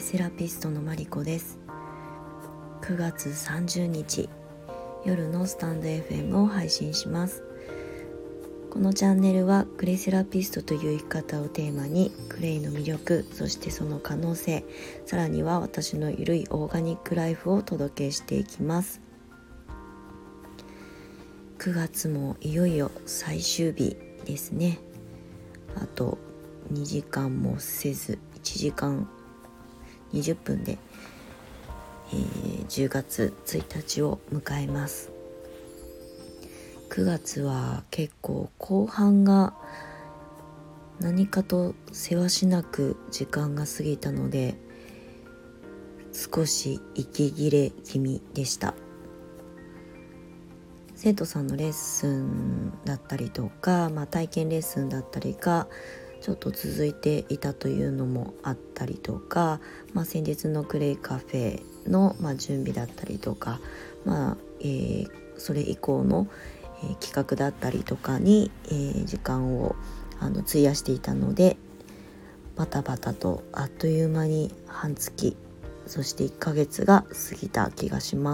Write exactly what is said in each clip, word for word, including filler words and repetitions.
セラピストのマリコです。くがつさんじゅうにち夜のスタンド エフエム を配信します。このチャンネルはクレイセラピストという生き方をテーマに、クレイの魅力、そしてその可能性、さらには私のゆるいオーガニックライフをお届けしていきます。くがつもいよいよ最終日ですね。あとにじかんもせずいちじかんにじゅっぷんで、えー、じゅうがつついたちを迎えます。くがつは結構後半が何かとせわしなく時間が過ぎたので、少し息切れ気味でした。生徒さんのレッスンだったりとか、まあ、体験レッスンだったりがちょっと続いていたというのもあったりとか、まあ、先日のクレイカフェの、まあ、準備だったりとか、まあえー、それ以降の、えー、企画だったりとかに、えー、時間をあの費やしていたので、バタバタとあっという間に半月、そしていっかげつが過ぎた気がします。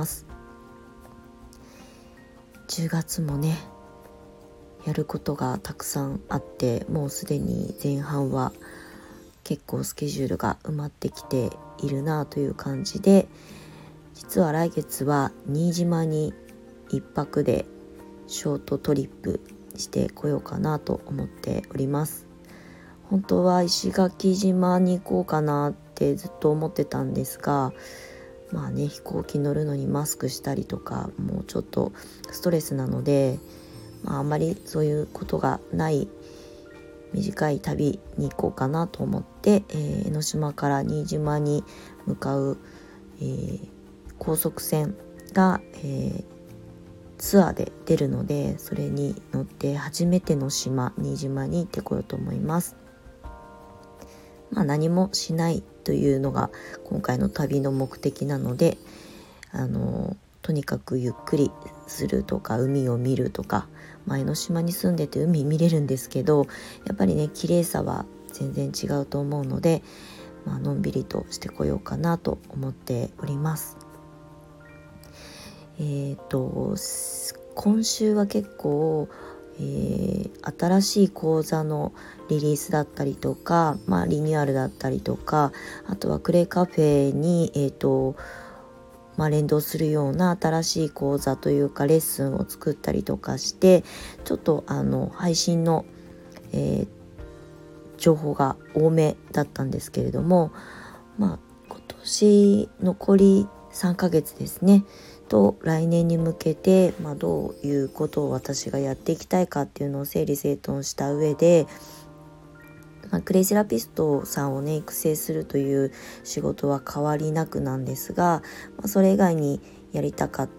じゅうがつもね、やることがたくさんあって、もうすでに前半は結構スケジュールが埋まってきているなという感じで、実は来月は新島に一泊でショートトリップしてこようかなと思っております。本当は石垣島に行こうかなってずっと思ってたんですが、まあね、飛行機乗るのにマスクしたりとかもうちょっとストレスなので、まあ、あんまりそういうことがない短い旅に行こうかなと思って、えー、江ノ島から新島に向かう、えー、高速船が、えー、ツアーで出るので、それに乗って初めての島新島に行ってこようと思います。まあ、何もしないというのが今回の旅の目的なので、あのとにかくゆっくりするとか、海を見るとか、江ノ島に住んでて海見れるんですけど、やっぱりね、綺麗さは全然違うと思うので、まあのんびりとしてこようかなと思っております。えーと今週は結構、えー、新しい講座のリリースだったりとか、まあ、リニューアルだったりとか、あとはクレイカフェに、えーとまあ、連動するような新しい講座というかレッスンを作ったりとかして、ちょっとあの配信の、えー、情報が多めだったんですけれども、まあ、今年残りさんかげつですねと、来年に向けて、まあ、どういうことを私がやっていきたいかっていうのを整理整頓した上で、まあ、クレイセラピストさんをね育成するという仕事は変わりなくなんですが、まあ、それ以外にやりたかった、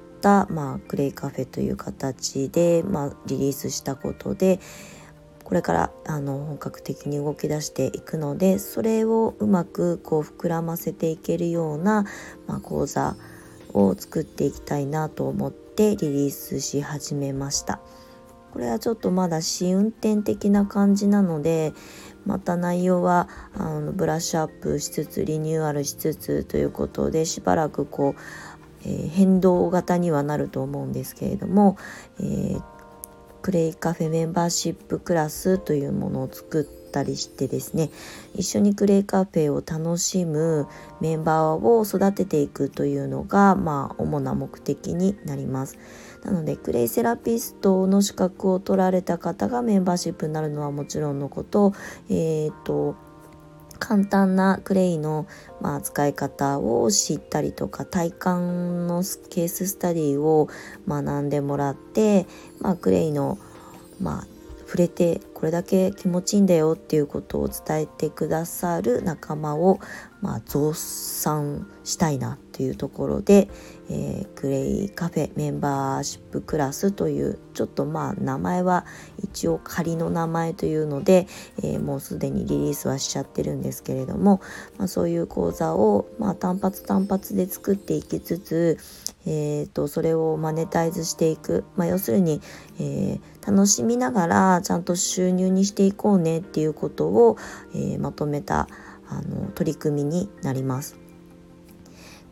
まあ、クレイカフェという形で、まあ、リリースしたことで、これからあの本格的に動き出していくので、それをうまくこう膨らませていけるような、まあ、講座を作っていきたいなと思ってリリースし始めました。これはちょっとまだ試運転的な感じなので、また内容はあのブラッシュアップしつつリニューアルしつつということで、しばらくこう、えー、変動型にはなると思うんですけれども、えー、クレイカフェメンバーシップクラスというものを作ったりしてですね、一緒にクレイカフェを楽しむメンバーを育てていくというのが、まあ、主な目的になります。なのでクレイセラピストの資格を取られた方がメンバーシップになるのはもちろんのこと、えーと簡単なクレイの、まあ、使い方を知ったりとか、体感のケーススタディを学んでもらって、まあ、クレイの、まあ、触れてこれだけ気持ちいいんだよっていうことを伝えてくださる仲間を、まあ、増産したいなというところで、えー、クレイカフェメンバーシップクラスという、ちょっとまあ名前は一応仮の名前というので、えー、もうすでにリリースはしちゃってるんですけれども、まあ、そういう講座を、まあ、単発単発で作っていきつつ、えー、とそれをマネタイズしていく、まあ、要するに、えー、楽しみながらちゃんと収入にしていこうねっていうことを、えー、まとめたあの取り組みになります。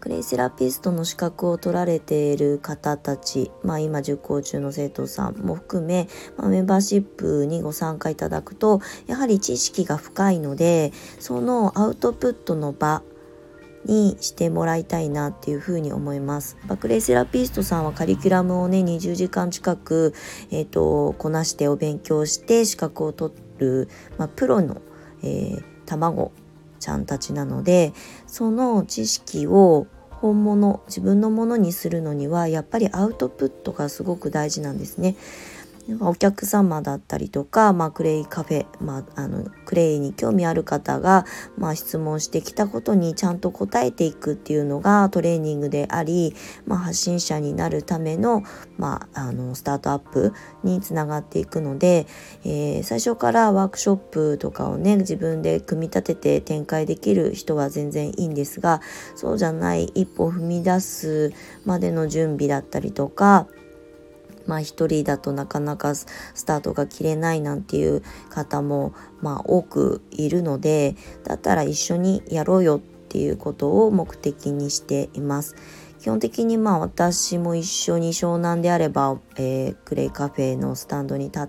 クレイセラピストの資格を取られている方たち、まあ、今受講中の生徒さんも含め、まあ、メンバーシップにご参加いただくとやはり知識が深いので、そのアウトプットの場にしてもらいたいなっていうふうに思います。クレイセラピストさんはカリキュラムをねにじゅうじかん近く、えーと、こなしてお勉強して資格を取る、まあ、プロの、えー、卵ちゃんたちなので、その知識を本物自分のものにするのにはやっぱりアウトプットがすごく大事なんですね。お客様だったりとか、まあ、クレイカフェ、まあ、あのクレイに興味ある方が、まあ、質問してきたことにちゃんと答えていくっていうのがトレーニングであり、まあ、発信者になるための、まあ、あのスタートアップにつながっていくので、えー、最初からワークショップとかをね自分で組み立てて展開できる人は全然いいんですが、そうじゃない一歩踏み出すまでの準備だったりとか、まあ一人だとなかなかスタートが切れないなんていう方もまあ多くいるので、だったら一緒にやろうよっていうことを目的にしています。基本的にまあ私も一緒に湘南であれば、えー、クレイカフェのスタンドに立って、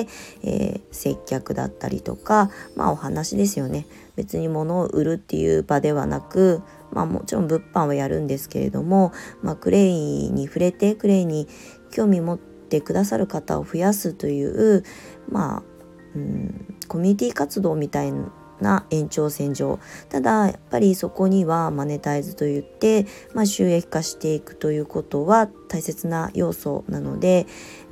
えー、接客だったりとか、まあお話ですよね。別に物を売るっていう場ではなく、まあもちろん物販はやるんですけれども、まあクレイに触れてクレイに興味持ってくださる方を増やすという、まあ、うん、コミュニティ活動みたいな延長線上。ただやっぱりそこにはマネタイズといって、まあ、収益化していくということは大切な要素なので、うん、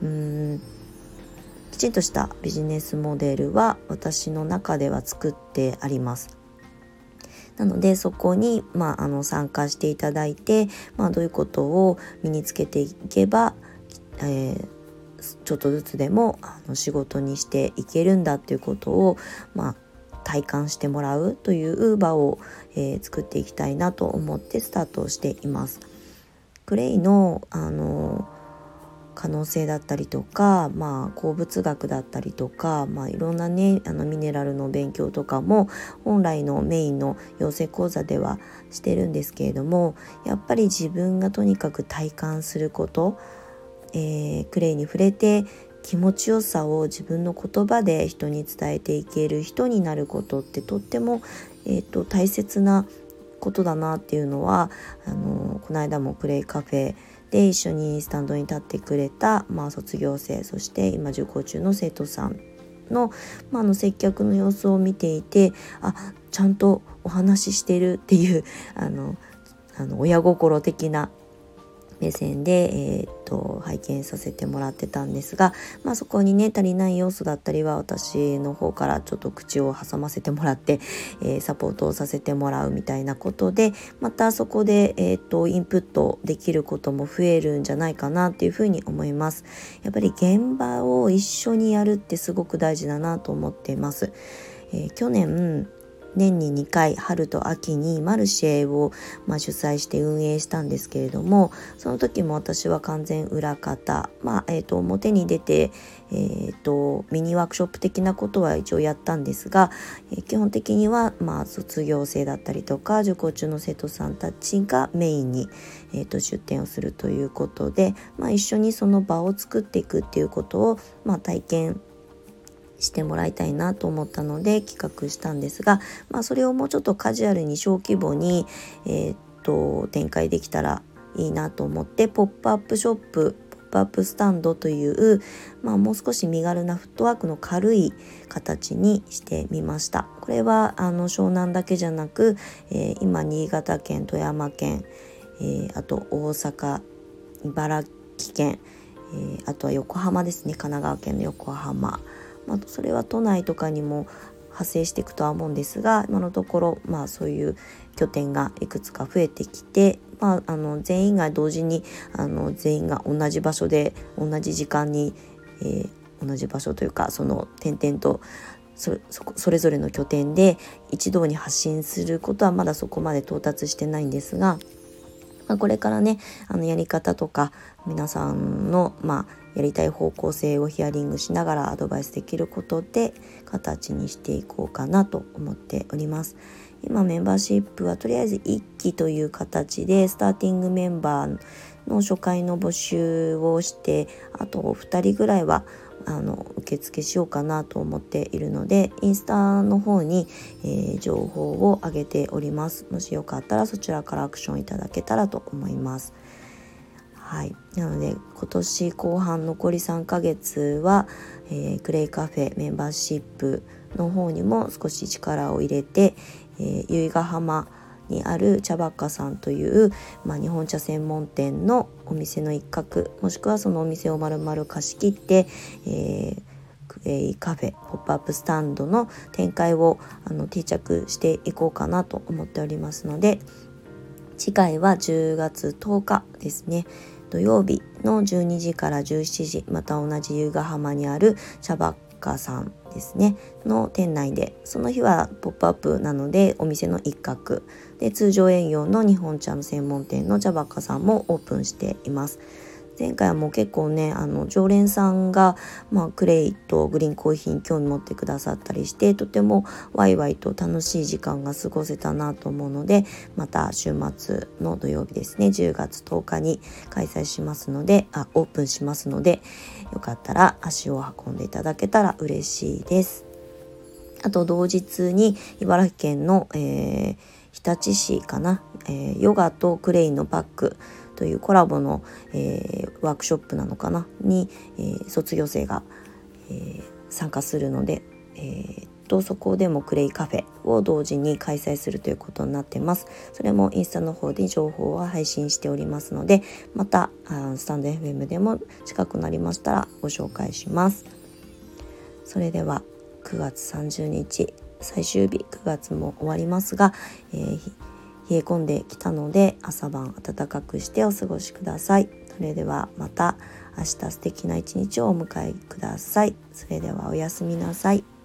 きちんとしたビジネスモデルは私の中では作ってあります。なのでそこに、まあ、あの参加していただいて、まあ、どういうことを身につけていけばえー、ちょっとずつでもあの仕事にしていけるんだっていうことを、まあ、体感してもらうという場を、えー、作っていきたいなと思ってスタートをしています。クレイの、あの可能性だったりとか、まあ、鉱物学だったりとか、まあ、いろんなねあのミネラルの勉強とかも本来のメインの養成講座ではしてるんですけれども、やっぱり自分がとにかく体感すること、えー、クレイに触れて気持ちよさを自分の言葉で人に伝えていける人になることってとっても、えーと、大切なことだなっていうのは、あのこの間もクレイカフェで一緒にスタンドに立ってくれた、まあ、卒業生、そして今受講中の生徒さんの、まあ、あの接客の様子を見ていて、あ、ちゃんとお話ししてるっていうあのあの親心的な目線で、えー、っと拝見させてもらってたんですが、まあ、そこにね足りない要素だったりは私の方からちょっと口を挟ませてもらって、えー、サポートをさせてもらうみたいなことで、またそこで、えー、っとインプットできることも増えるんじゃないかなっていうふうに思います。やっぱり現場を一緒にやるってすごく大事だなと思っています。えー、去年年ににかい春と秋にマルシェを、まあ、主催して運営したんですけれども、その時も私は完全裏方、まあえー、と表に出て、えー、とミニワークショップ的なことは一応やったんですが、えー、基本的には、まあ、卒業生だったりとか受講中の生徒さんたちがメインに、えー、と出展をするということで、まあ、一緒にその場を作っていくっていうことを、まあ、体験してもらいたいなと思ったので企画したんですが、まあ、それをもうちょっとカジュアルに小規模に、えー、っと展開できたらいいなと思って、ポップアップショップポップアップスタンドという、まあ、もう少し身軽なフットワークの軽い形にしてみました。これはあの湘南だけじゃなく、えー、今新潟県、富山県、えー、あと大阪、茨城県、えー、あとは横浜ですね、神奈川県の横浜、まあ、それは都内とかにも派生していくとは思うんですが、今のところ、まあ、そういう拠点がいくつか増えてきて、まあ、あの全員が同時にあの全員が同じ場所で同じ時間に、えー、同じ場所というかその点々とそれ、そ, それぞれの拠点で一堂に発信することはまだそこまで到達してないんですが、まあ、これからねあのやり方とか皆さんの、まあ、やりたい方向性をヒアリングしながらアドバイスできることで形にしていこうかなと思っております。 今メンバーシップはとりあえずいっきという形でスターティングメンバーの初回の募集をして、あとふたりぐらいはあの受付しようかなと思っているので、インスタの方に、えー、情報を上げております。もしよかったらそちらからアクションいただけたらと思います。はい、なので今年後半残りさんかげつは、えー、クレイカフェメンバーシップの方にも少し力を入れて、えー、由比ヶ浜にある茶ばっかさんという、まあ、日本茶専門店のお店の一角、もしくはそのお店を丸々貸し切って、えークレイカフェポップアップスタンドの展開をあの定着していこうかなと思っておりますので、次回はじゅうがつとおかですね、土曜日のじゅうにじからじゅうしちじ、また同じ由比ヶ浜にある茶ばっかさんですねの店内で、その日はポップアップなのでお店の一角で、通常営業の日本茶の専門店の茶ばっかさんもオープンしています。前回はもう結構ね、あの常連さんが、まあ、クレイとグリーンコーヒーに興味持ってくださったりして、とてもワイワイと楽しい時間が過ごせたなと思うので、また週末の土曜日ですね、じゅうがつとおかに開催しますので、あオープンしますので、よかったら足を運んでいただけたら嬉しいです。あと同日に茨城県の、えー、日立市かな、えー、ヨガとクレイのバッグというコラボの、えー、ワークショップなのかなに、えー、卒業生が、えー、参加するので、えー、とそこでもクレイカフェを同時に開催するということになってます。それもインスタの方で情報は配信しておりますので、またあスタンド エフエム でも近くなりましたらご紹介します。それではくがつさんじゅうにち最終日、くがつも終わりますが、えー冷え込んできたので朝晩暖かくしてお過ごしください。それではまた明日素敵な一日をお迎えください。それではおやすみなさい。